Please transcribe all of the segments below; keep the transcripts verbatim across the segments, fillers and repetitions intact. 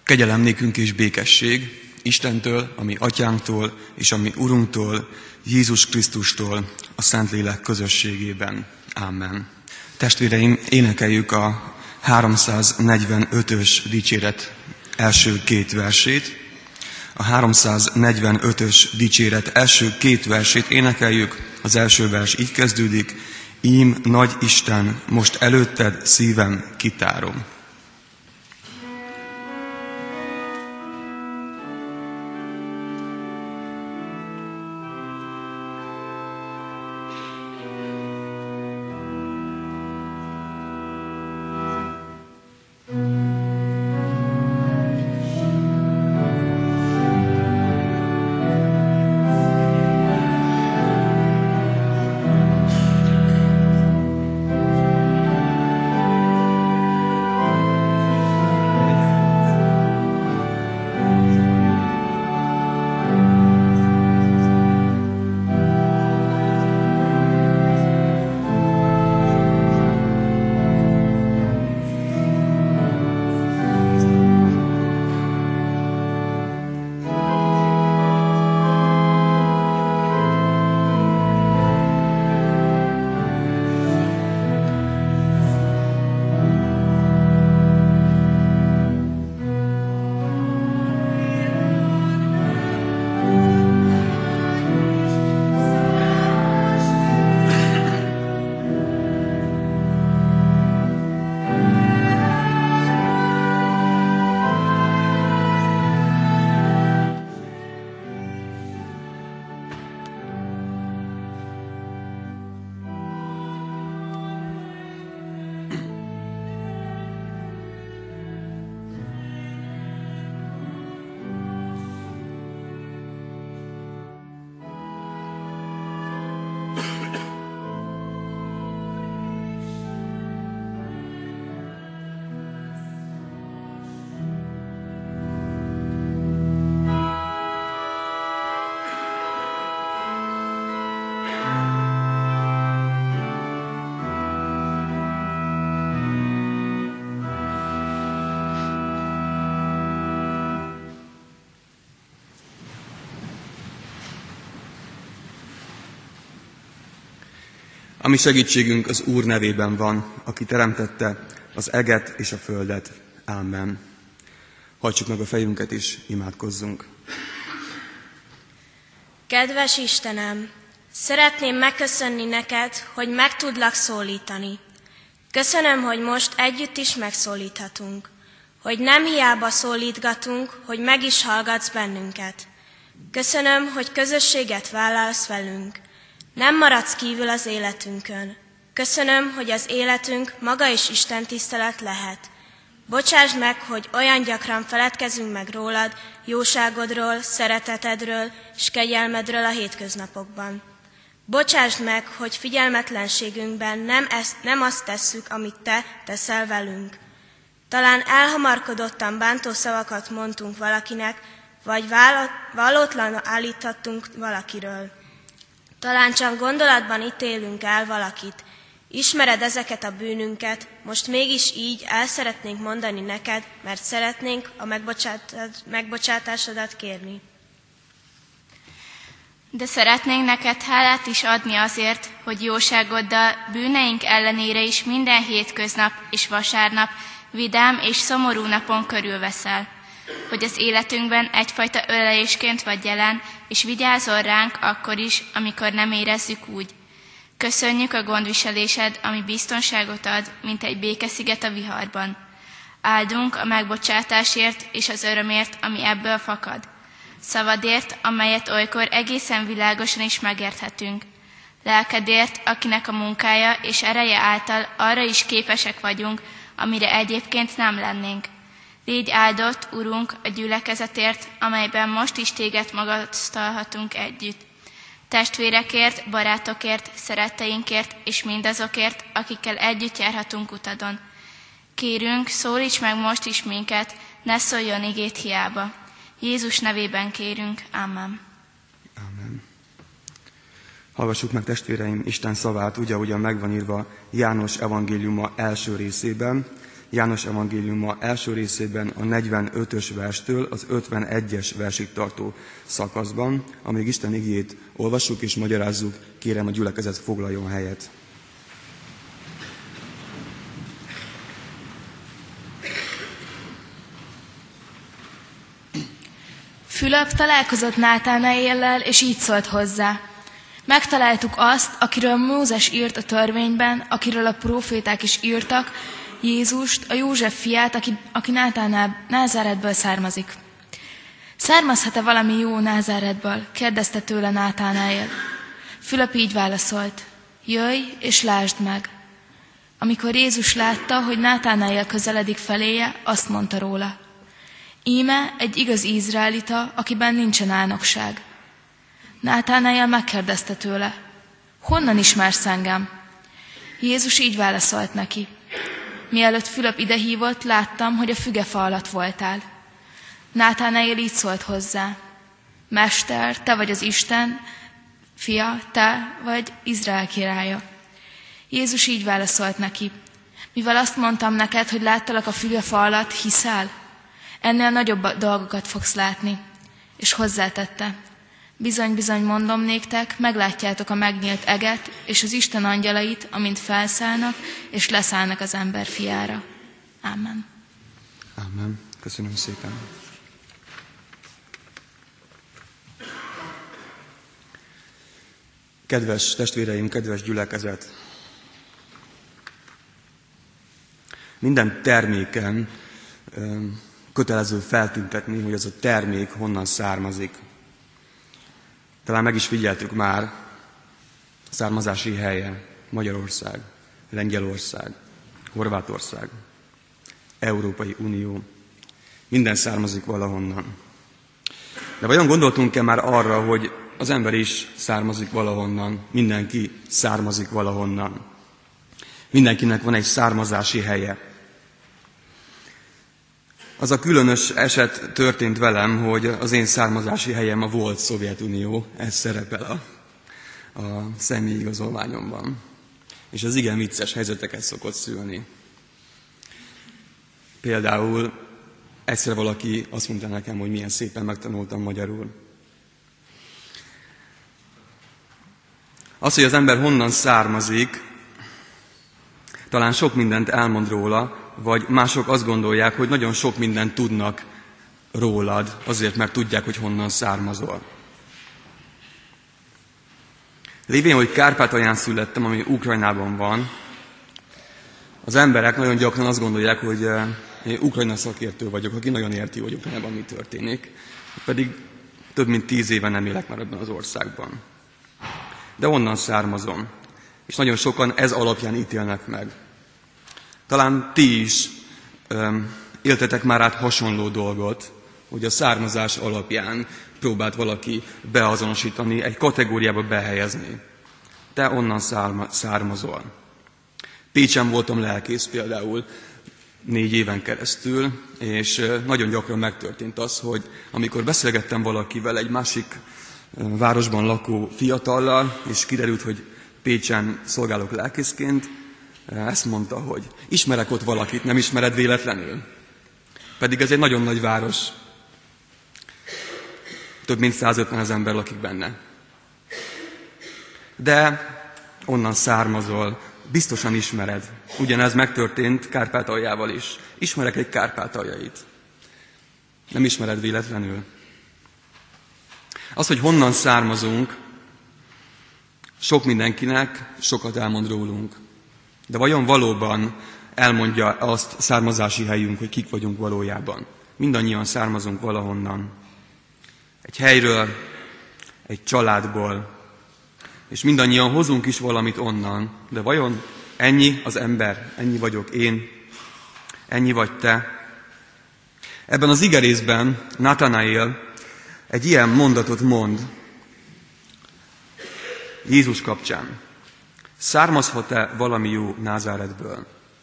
Kegyelem nékünk és békesség Istentől, a mi atyánktól és a mi Urunktól, Jézus Krisztustól, a Szentlélek közösségében. Amen. Testvéreim, énekeljük a háromszáznegyvenötös dicséret első két versét. A háromszáznegyvenötös dicséret első két versét énekeljük. Az első vers így kezdődik: Ím, nagy Isten, most előtted szívem kitárom. A mi segítségünk az Úr nevében van, aki teremtette az eget és a földet. Amen. Hajtsuk meg a fejünket és imádkozzunk. Kedves Istenem, szeretném megköszönni neked, hogy meg tudlak szólítani. Köszönöm, hogy most együtt is megszólíthatunk, hogy nem hiába szólítgatunk, hogy meg is hallgatsz bennünket. Köszönöm, hogy közösséget vállalsz velünk. Nem maradsz kívül az életünkön. Köszönöm, hogy az életünk maga is Isten tisztelet lehet. Bocsásd meg, hogy olyan gyakran feledkezünk meg rólad, jóságodról, szeretetedről és kegyelmedről a hétköznapokban. Bocsásd meg, hogy figyelmetlenségünkben nem, ezt, nem azt tesszük, amit te teszel velünk. Talán elhamarkodottan bántó szavakat mondtunk valakinek, vagy valótlan állíthattunk valakiről. Talán csak gondolatban ítélünk el valakit. Ismered ezeket a bűnünket, most mégis így el szeretnénk mondani neked, mert szeretnénk a megbocsátásodat kérni. De szeretnénk neked hálát is adni azért, hogy jóságoddal bűneink ellenére is minden hétköznap és vasárnap vidám és szomorú napon körülveszel, hogy az életünkben egyfajta ölelésként vagy jelen, és vigyázol ránk akkor is, amikor nem érezzük úgy. Köszönjük a gondviselésed, ami biztonságot ad, mint egy békesziget a viharban. Áldunk a megbocsátásért és az örömért, ami ebből fakad. Szavadért, amelyet olykor egészen világosan is megérthetünk. Lelkedért, akinek a munkája és ereje által arra is képesek vagyunk, amire egyébként nem lennénk. Légy áldott, Urunk, a gyülekezetért, amelyben most is téged magasztalhatunk együtt. Testvérekért, barátokért, szeretteinkért és mindazokért, akikkel együtt járhatunk utadon. Kérünk, szólíts meg most is minket, ne szóljon igét hiába. Jézus nevében kérünk. Amen. Amen. Hallgassuk meg, testvéreim, Isten szavát, úgy, ahogyan megvan írva János evangéliuma első részében, János evangéliuma első részében a negyvenötös verstől az ötvenegyes versig tartó szakaszban. Amíg Isten igéjét olvassuk és magyarázzuk, kérem a gyülekezet foglaljon helyet. Fülöp találkozott Nátánaéllel, és így szólt hozzá: megtaláltuk azt, akiről Mózes írt a törvényben, akiről a próféták is írtak, Jézust, a József fiát, aki, aki Názáretből származik. Származhat-e valami jó Názáretből? kérdezte tőle Nátánaél. Fülöp így válaszolt: jöjj és lásd meg. Amikor Jézus látta, hogy Nátánaél közeledik feléje, azt mondta róla: íme egy igaz izraelita, akiben nincsen álnokság. Nátánaél megkérdezte tőle: honnan ismersz engem? Jézus így válaszolt neki: mielőtt Fülöp idehívott, láttam, hogy a fügefa alatt voltál. Nátánaél így szólt hozzá: Mester, te vagy az Isten fia, te vagy Izrael királya. Jézus így válaszolt neki: mivel azt mondtam neked, hogy láttalak a fügefa alatt, hiszel? Ennél nagyobb dolgokat fogsz látni. És hozzátette: bizony-bizony mondom néktek, meglátjátok a megnyílt eget, és az Isten angyalait, amint felszállnak, és leszállnak az ember fiára. Amen. Amen. Köszönöm szépen. Kedves testvéreim, kedves gyülekezet! Minden terméken kötelező feltüntetni, hogy az a termék honnan származik. Talán meg is figyeltük már, származási helye Magyarország, Lengyelország, Horvátország, Európai Unió. Minden származik valahonnan. De vajon gondoltunk-e már arra, hogy az ember is származik valahonnan, mindenki származik valahonnan. Mindenkinek van egy származási helye. Az a különös eset történt velem, hogy az én származási helyem a volt Szovjetunió, ez szerepel a, a személyigazolványomban. És az igen vicces helyzeteket szokott szülni. Például egyszer valaki azt mondta nekem, hogy milyen szépen megtanultam magyarul. Az, hogy az ember honnan származik, talán sok mindent elmond róla, vagy mások azt gondolják, hogy nagyon sok mindent tudnak rólad, azért, mert tudják, hogy honnan származol. Lévén, hogy Kárpátalján születtem, ami Ukrajnában van, az emberek nagyon gyakran azt gondolják, hogy én Ukrajna szakértő vagyok, aki nagyon érti, hogy Ukrajnában mi történik, pedig több mint tíz éve nem élek már ebben az országban. De onnan származom, és nagyon sokan ez alapján ítélnek meg. Talán ti is öm, éltetek már át hasonló dolgot, hogy a származás alapján próbált valaki beazonosítani, egy kategóriába behelyezni. Te onnan szárma, származol. Pécsen voltam lelkész például négy éven keresztül, és nagyon gyakran megtörtént az, hogy amikor beszélgettem valakivel, egy másik városban lakó fiatallal, és kiderült, hogy Pécsen szolgálok lelkészként, ezt mondta, hogy ismerek ott valakit, nem ismered véletlenül? Pedig ez egy nagyon nagy város. Több mint százötven ezer ember lakik benne. De onnan származol, biztosan ismered. Ugyanez megtörtént Kárpátaljával is. Ismerek egy kárpátaljait. Nem ismered véletlenül. Az, hogy honnan származunk, sok mindenkinek sokat elmond rólunk. De vajon valóban elmondja azt származási helyünk, hogy kik vagyunk valójában? Mindannyian származunk valahonnan. Egy helyről, egy családból, és mindannyian hozunk is valamit onnan. De vajon ennyi az ember, ennyi vagyok én, ennyi vagy te? Ebben az igerészben Nátánaél egy ilyen mondatot mond Jézus kapcsán. Származhat-e valami jó Názáretből?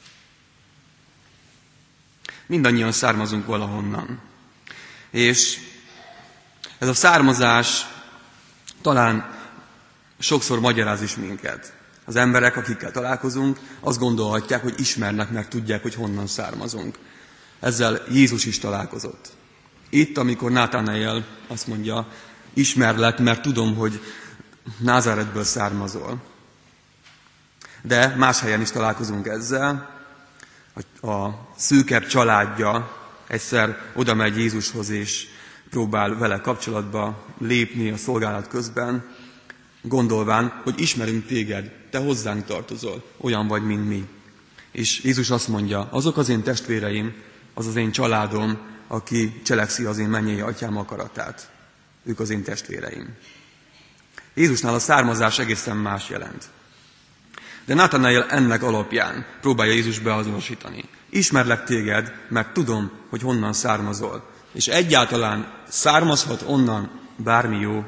Mindannyian származunk valahonnan. És ez a származás talán sokszor magyaráz is minket. Az emberek, akikkel találkozunk, azt gondolhatják, hogy ismernek, mert tudják, hogy honnan származunk. Ezzel Jézus is találkozott. Itt, amikor Nátánael azt mondja, ismerlek, mert tudom, hogy Názáretből származol. De más helyen is találkozunk ezzel. A szűkebb családja egyszer oda megy Jézushoz, és próbál vele kapcsolatba lépni a szolgálat közben, gondolván, hogy ismerünk téged, te hozzánk tartozol, olyan vagy, mint mi. És Jézus azt mondja, azok az én testvéreim, az az én családom, aki cselekszi az én mennyei atyám akaratát. Ők az én testvéreim. Jézusnál a származás egészen más jelent. De Nátánael ennek alapján próbálja Jézus beazonosítani. Ismerlek téged, mert tudom, hogy honnan származol. És egyáltalán származhat onnan bármi jó.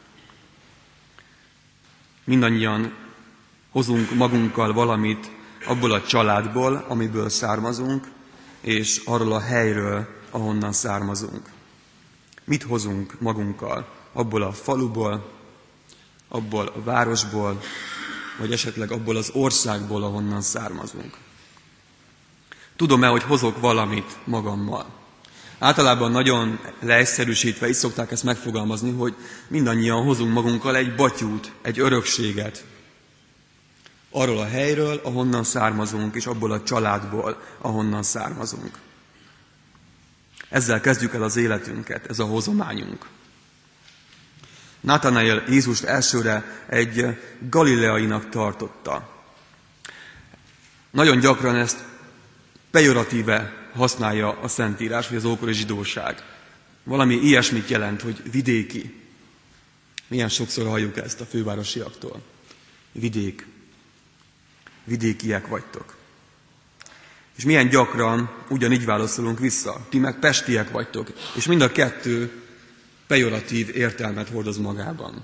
Mindannyian hozunk magunkkal valamit abból a családból, amiből származunk, és arról a helyről, ahonnan származunk. Mit hozunk magunkkal? Abból a faluból, abból a városból, vagy esetleg abból az országból, ahonnan származunk. Tudom-e, hogy hozok valamit magammal? Általában nagyon leegyszerűsítve is szokták ezt megfogalmazni, hogy mindannyian hozunk magunkkal egy batyút, egy örökséget. Arról a helyről, ahonnan származunk, és abból a családból, ahonnan származunk. Ezzel kezdjük el az életünket, ez a hozományunk. Nátánael Jézust elsőre egy galileainak tartotta. Nagyon gyakran ezt pejoratíve használja a Szentírás, vagy az ókori zsidóság. Valami ilyesmit jelent, hogy vidéki. Milyen sokszor halljuk ezt a fővárosiaktól. Vidék. Vidékiek vagytok. És milyen gyakran ugyanígy válaszolunk vissza. Ti meg pestiek vagytok. És mind a kettő pejoratív értelmet hordoz magában.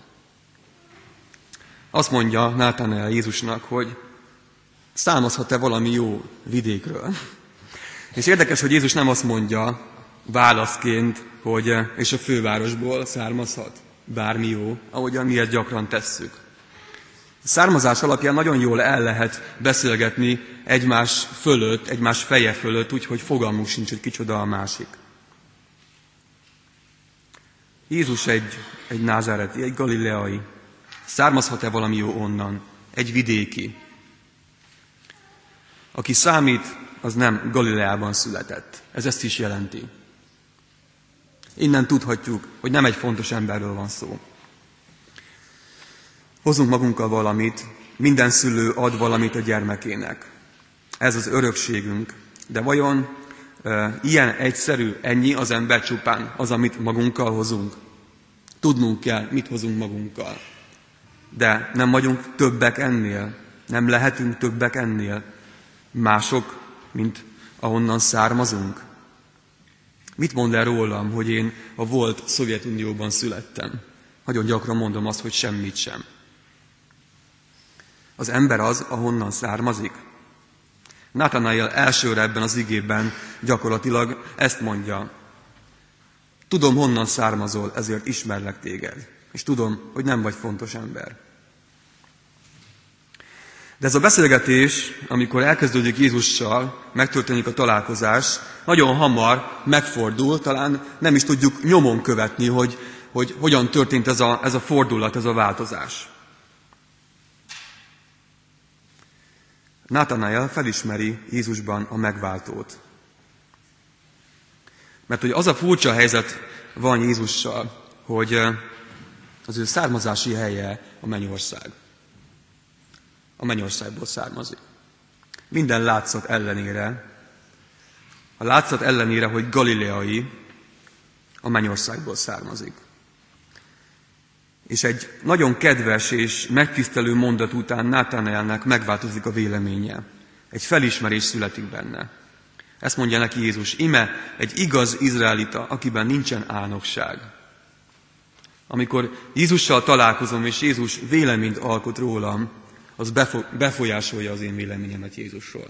Azt mondja Nátánael Jézusnak, hogy származhat-e valami jó vidékről. És érdekes, hogy Jézus nem azt mondja válaszként, hogy és a fővárosból származhat bármi jó, ahogyan mi ezt gyakran tesszük. A származás alapján nagyon jól el lehet beszélgetni egymás fölött, egymás feje fölött, úgyhogy fogalmunk sincs, hogy kicsoda a másik. Jézus egy, egy názáreti, egy galileai. Származhat-e valami jó onnan? Egy vidéki. Aki számít, az nem Galileában született. Ez ezt is jelenti. Innen tudhatjuk, hogy nem egy fontos emberről van szó. Hozunk magunkkal valamit, minden szülő ad valamit a gyermekének. Ez az örökségünk. De vajon e, ilyen egyszerű, ennyi az ember csupán, az, amit magunkkal hozunk? Tudnunk kell, mit hozunk magunkkal. De nem vagyunk többek ennél, nem lehetünk többek ennél, mások, mint ahonnan származunk. Mit mond el rólam, hogy én a volt Szovjetunióban születtem? Nagyon gyakran mondom azt, hogy semmit sem. Az ember az, ahonnan származik. Nátánael elsőre ebben az igében gyakorlatilag ezt mondja. Tudom, honnan származol, ezért ismerlek téged. És tudom, hogy nem vagy fontos ember. De ez a beszélgetés, amikor elkezdődik Jézussal, megtörténik a találkozás, nagyon hamar megfordul, talán nem is tudjuk nyomon követni, hogy, hogy hogyan történt ez a, ez a fordulat, ez a változás. Nátánael felismeri Jézusban a megváltót. Mert hogy az a furcsa helyzet van Jézussal, hogy az ő származási helye a mennyország. A mennyországból származik. Minden látszat ellenére, a látszat ellenére, hogy galileai, a mennyországból származik. És egy nagyon kedves és megtisztelő mondat után Nátánaelnek megváltozik a véleménye. Egy felismerés születik benne. Ezt mondja neki Jézus, ime egy igaz izraelita, akiben nincsen álnokság. Amikor Jézussal találkozom, és Jézus véleményt alkot rólam, az befolyásolja az én véleményemet Jézusról.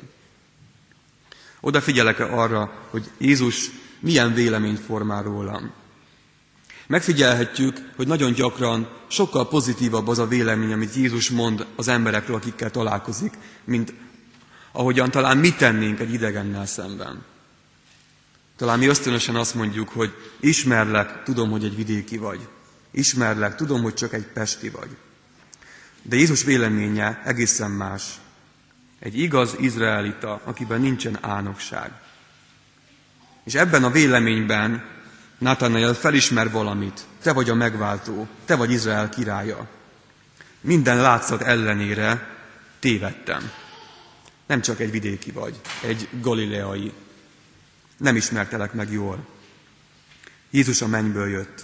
Odafigyelek-e arra, hogy Jézus milyen véleményt formál rólam? Megfigyelhetjük, hogy nagyon gyakran sokkal pozitívabb az a vélemény, amit Jézus mond az emberekről, akikkel találkozik, mint ahogyan talán mi tennénk egy idegennel szemben. Talán mi ösztönösen azt mondjuk, hogy ismerlek, tudom, hogy egy vidéki vagy. Ismerlek, tudom, hogy csak egy pesti vagy. De Jézus véleménye egészen más. Egy igaz izraelita, akiben nincsen álnokság. És ebben a véleményben Nátanael felismer valamit. Te vagy a megváltó, te vagy Izrael királya. Minden látszat ellenére tévedtem. Nem csak egy vidéki vagy, egy galileai. Nem ismertelek meg jól. Jézus a mennyből jött.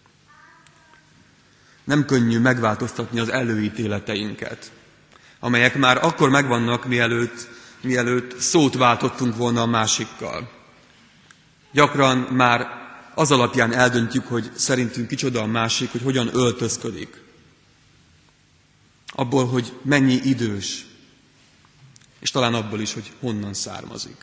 Nem könnyű megváltoztatni az előítéleteinket, amelyek már akkor megvannak, mielőtt, mielőtt szót váltottunk volna a másikkal. Gyakran már az alapján eldöntjük, hogy szerintünk kicsoda a másik, hogy hogyan öltözködik. Abból, hogy mennyi idős, és talán abból is, hogy honnan származik.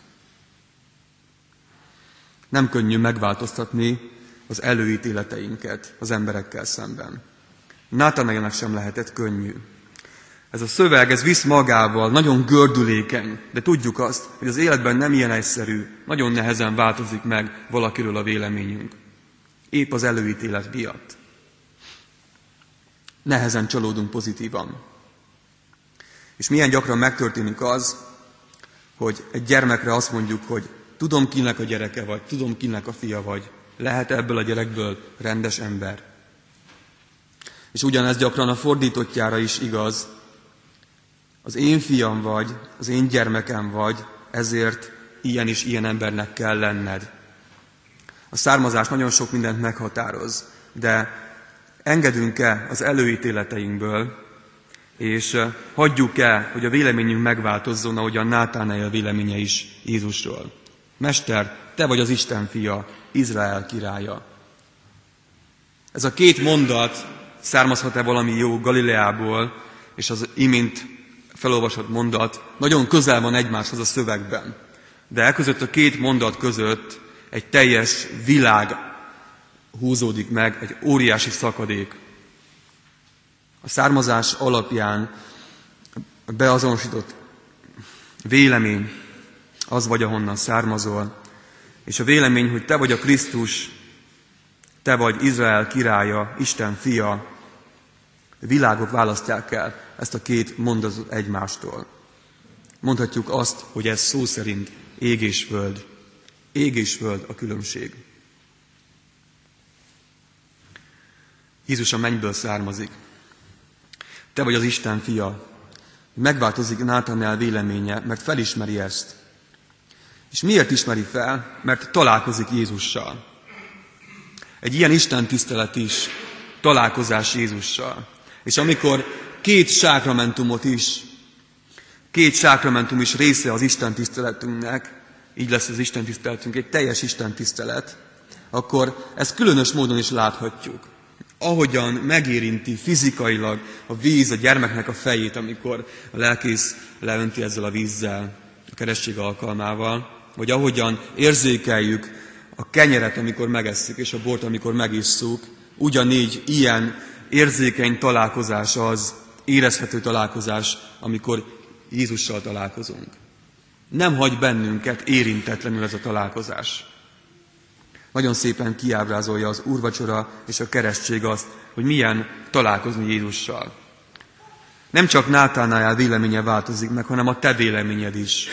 Nem könnyű megváltoztatni az előítéleteinket az emberekkel szemben. Nátanaelnek sem lehetett könnyű. Ez a szöveg, ez visz magával, nagyon gördülékeny, de tudjuk azt, hogy az életben nem ilyen egyszerű, nagyon nehezen változik meg valakiről a véleményünk. Épp az előítélet miatt. Nehezen csalódunk pozitívan. És milyen gyakran megtörténik az, hogy egy gyermekre azt mondjuk, hogy tudom, kinek a gyereke vagy, tudom, kinek a fia vagy, lehet ebből a gyerekből rendes ember. És ugyanez gyakran a fordítottjára is igaz. Az én fiam vagy, az én gyermekem vagy, ezért ilyen és ilyen embernek kell lenned. A származás nagyon sok mindent meghatároz, de engedünk-e az előítéleteinkből, és hagyjuk-e, hogy a véleményünk megváltozzon, ahogy a Nátanael véleménye is Jézusról. Mester, te vagy az Isten fia, Izrael királya. Ez a két mondat származhat-e valami jó Galileából, és az imént felolvasott mondat nagyon közel van egymáshoz a szövegben. De elközött a két mondat között egy teljes világ húzódik meg, egy óriási szakadék. A származás alapján beazonosított vélemény az vagy, ahonnan származol, és a vélemény, hogy te vagy a Krisztus, te vagy Izrael királya, Isten fia, világok választják el ezt a két mondatot egymástól. Mondhatjuk azt, hogy ez szó szerint ég és föld. Ég és föld a különbség. Jézus a mennyből származik. Te vagy az Isten fia. Megváltozik Nátanael véleménye, mert felismeri ezt. És miért ismeri fel? Mert találkozik Jézussal. Egy ilyen istentisztelet is találkozás Jézussal. És amikor két sákramentumot is, két sákramentum is része az istentiszteletünknek, így lesz az istentiszteletünk egy teljes istentisztelet, akkor ezt különös módon is láthatjuk. Ahogyan megérinti fizikailag a víz a gyermeknek a fejét, amikor a lelkész leönti ezzel a vízzel, a keresztség alkalmával, vagy ahogyan érzékeljük a kenyeret, amikor megesszük, és a bort, amikor megisszuk, ugyanígy ilyen érzékeny találkozás az, érezhető találkozás, amikor Jézussal találkozunk. Nem hagy bennünket érintetlenül ez a találkozás. Nagyon szépen kiábrázolja az úrvacsora és a keresztség azt, hogy milyen találkozni Jézussal. Nem csak Nátanael véleménye változik meg, hanem a te véleményed is.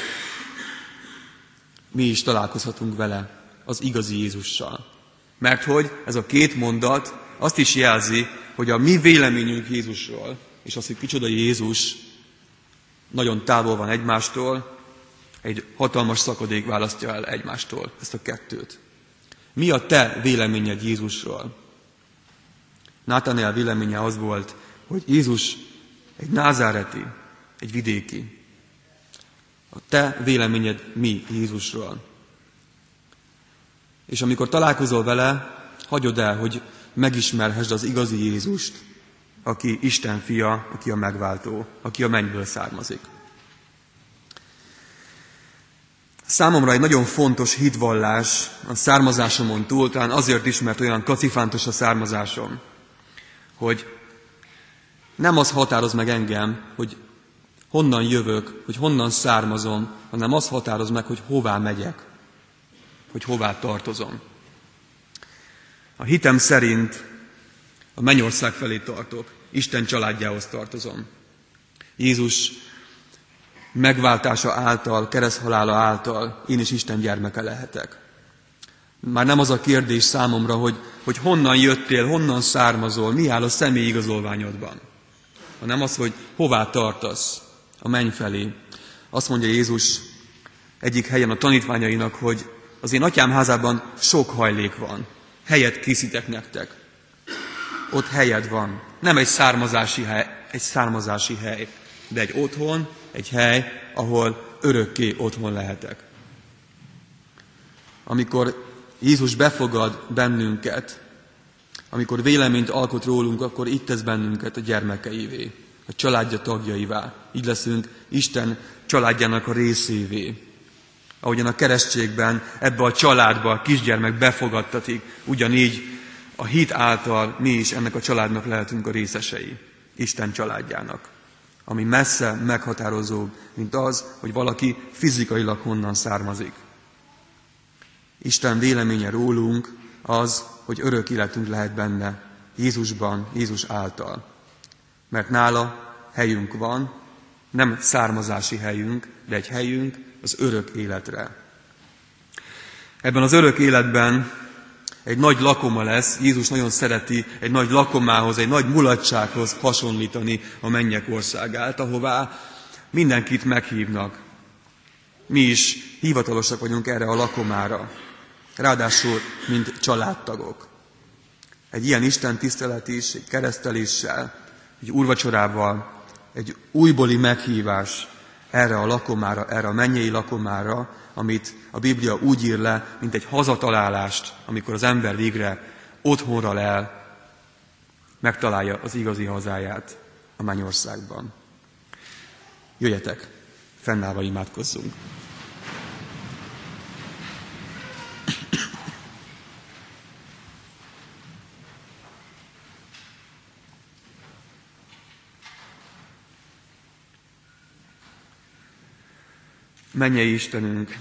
Mi is találkozhatunk vele, az igazi Jézussal. Mert hogy ez a két mondat azt is jelzi, hogy a mi véleményünk Jézusról, és az, hogy kicsoda Jézus, nagyon távol van egymástól, egy hatalmas szakadék választja el egymástól ezt a kettőt. Mi a te véleményed Jézusról? Nátanael véleménye az volt, hogy Jézus egy názáreti, egy vidéki. A te véleményed mi Jézusról? És amikor találkozol vele, hagyod el, hogy megismerhessd az igazi Jézust, aki Isten fia, aki a megváltó, aki a mennyből származik. Számomra egy nagyon fontos hitvallás a származásomon túl, talán azért is, mert olyan kacifántos a származásom, hogy nem az határoz meg engem, hogy honnan jövök, hogy honnan származom, hanem az határoz meg, hogy hová megyek, hogy hová tartozom. A hitem szerint a mennyország felé tartok, Isten családjához tartozom. Jézus megváltása által, kereszthalála által én is Isten gyermeke lehetek. Már nem az a kérdés számomra, hogy, hogy honnan jöttél, honnan származol, mi áll a személyi igazolványodban, hanem az, hogy hová tartasz, a menny felé. Azt mondja Jézus egyik helyen a tanítványainak, hogy az én atyám házában sok hajlék van, helyet készítek nektek. Ott helyed van. Nem egy származási hely, egy származási hely, de egy otthon, egy hely, ahol örökké otthon lehetek. Amikor Jézus befogad bennünket, amikor véleményt alkot rólunk, akkor itt tesz bennünket a gyermekeivé, a családja tagjaivá. Így leszünk Isten családjának a részévé. Ahogyan a keresztségben ebbe a családba a kisgyermek befogadtatik, ugyanígy a hit által mi is ennek a családnak lehetünk a részesei, Isten családjának, ami messze meghatározóbb, mint az, hogy valaki fizikailag honnan származik. Isten véleménye rólunk az, hogy örök életünk lehet benne, Jézusban, Jézus által. Mert nála helyünk van, nem származási helyünk, de egy helyünk az örök életre. Ebben az örök életben egy nagy lakoma lesz, Jézus nagyon szereti egy nagy lakomához, egy nagy mulatsághoz hasonlítani a mennyek országát, ahová mindenkit meghívnak. Mi is hivatalosak vagyunk erre a lakomára, ráadásul mint családtagok. Egy ilyen Isten tisztelet is, egy kereszteléssel, egy úrvacsorával, egy újbóli meghívás erre a lakomára, erre a mennyei lakomára, amit a Biblia úgy ír le, mint egy hazatalálást, amikor az ember végre otthonra lel, megtalálja az igazi hazáját a mennyországban. Jöjjetek, fennállva imádkozzunk. Mennyei Istenünk,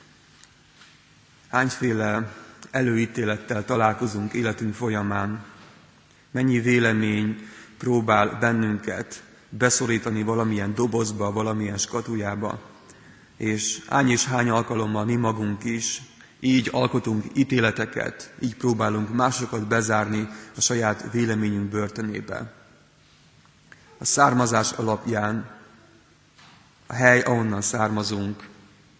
hányféle előítélettel találkozunk életünk folyamán, mennyi vélemény próbál bennünket beszorítani valamilyen dobozba, valamilyen skatujába, és hány és hány alkalommal mi magunk is így alkotunk ítéleteket, így próbálunk másokat bezárni a saját véleményünk börtönébe. A származás alapján, a hely, ahonnan származunk,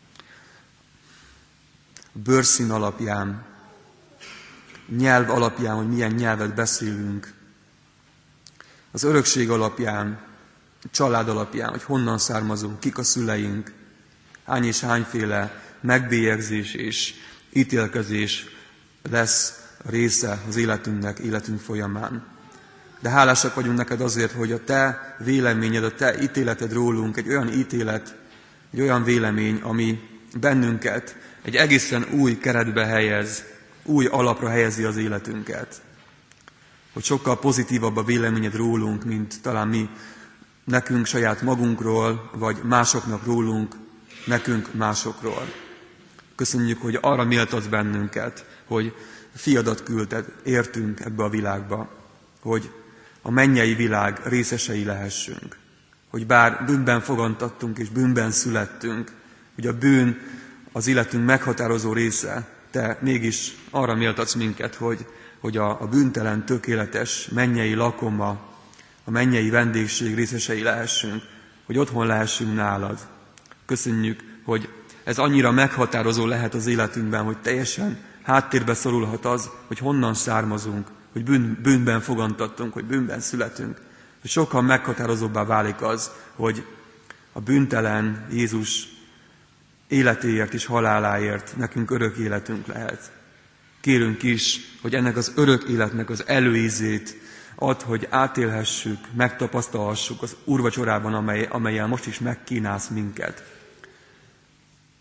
a bőrszín alapján, nyelv alapján, hogy milyen nyelvet beszélünk, az örökség alapján, a család alapján, hogy honnan származunk, kik a szüleink, hány és hányféle megbélyegzés és ítélkezés lesz a része az életünknek, életünk folyamán. De hálásak vagyunk neked azért, hogy a te véleményed, a te ítéleted rólunk egy olyan ítélet, egy olyan vélemény, ami bennünket egy egészen új keretbe helyez, új alapra helyezi az életünket. Hogy sokkal pozitívabb a véleményed rólunk, mint talán mi nekünk saját magunkról, vagy másoknak rólunk, nekünk másokról. Köszönjük, hogy arra méltatsz bennünket, hogy fiadat küldted, értünk ebbe a világba, hogy a mennyei világ részesei lehessünk. Hogy bár bűnben fogantattunk és bűnben születtünk, hogy a bűn az életünk meghatározó része, te mégis arra méltatsz minket, hogy, hogy a, a bűntelen, tökéletes mennyei lakoma, a mennyei vendégség részesei lehessünk, hogy otthon lehessünk nálad. Köszönjük, hogy ez annyira meghatározó lehet az életünkben, hogy teljesen háttérbe szorulhat az, hogy honnan származunk, hogy bűn, bűnben fogantattunk, hogy bűnben születünk. Hogy sokkal meghatározóbbá válik az, hogy a bűntelen Jézus életéért és haláláért nekünk örök életünk lehet. Kérünk is, hogy ennek az örök életnek az előízét add, hogy átélhessük, megtapasztalhassuk az úrvacsorában, amely, amellyel most is megkínálsz minket.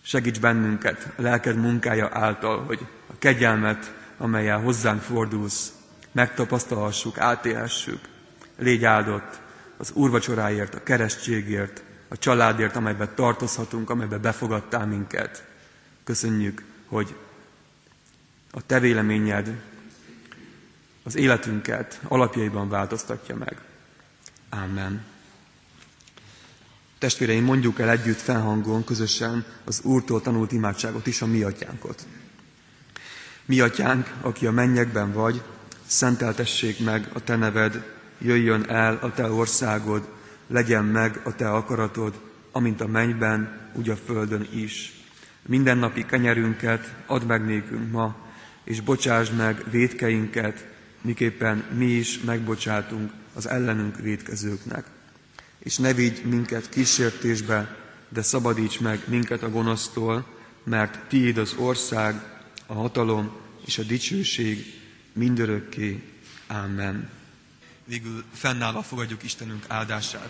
Segíts bennünket a lelked munkája által, hogy a kegyelmet, amellyel hozzánk fordulsz, megtapasztalhassuk, átélhessük. Légy áldott az úrvacsoráért, a keresztségért, a családért, amelyben tartozhatunk, amelyben befogadtál minket. Köszönjük, hogy a te véleményed az életünket alapjaiban változtatja meg. Ámen. Testvéreim, mondjuk el együtt felhangon, közösen az Úrtól tanult imádságot is, a mi atyánkot. Mi atyánk, aki a mennyekben vagy, szenteltessék meg a te neved, jöjjön el a te országod, legyen meg a te akaratod, amint a mennyben, úgy a földön is. Mindennapi kenyerünket add meg nékünk ma, és bocsásd meg vétkeinket, miképpen mi is megbocsátunk az ellenünk vétkezőknek. És ne vigy minket kísértésbe, de szabadíts meg minket a gonosztól, mert tiéd az ország, a hatalom és a dicsőség mindörökké. Ámen. Végül fennállva fogadjuk Istenünk áldását.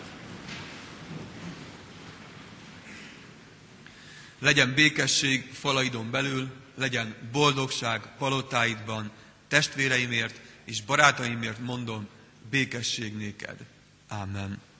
Legyen békesség falaidon belül, legyen boldogság palotáidban, testvéreimért és barátaimért mondom, békesség néked. Ámen.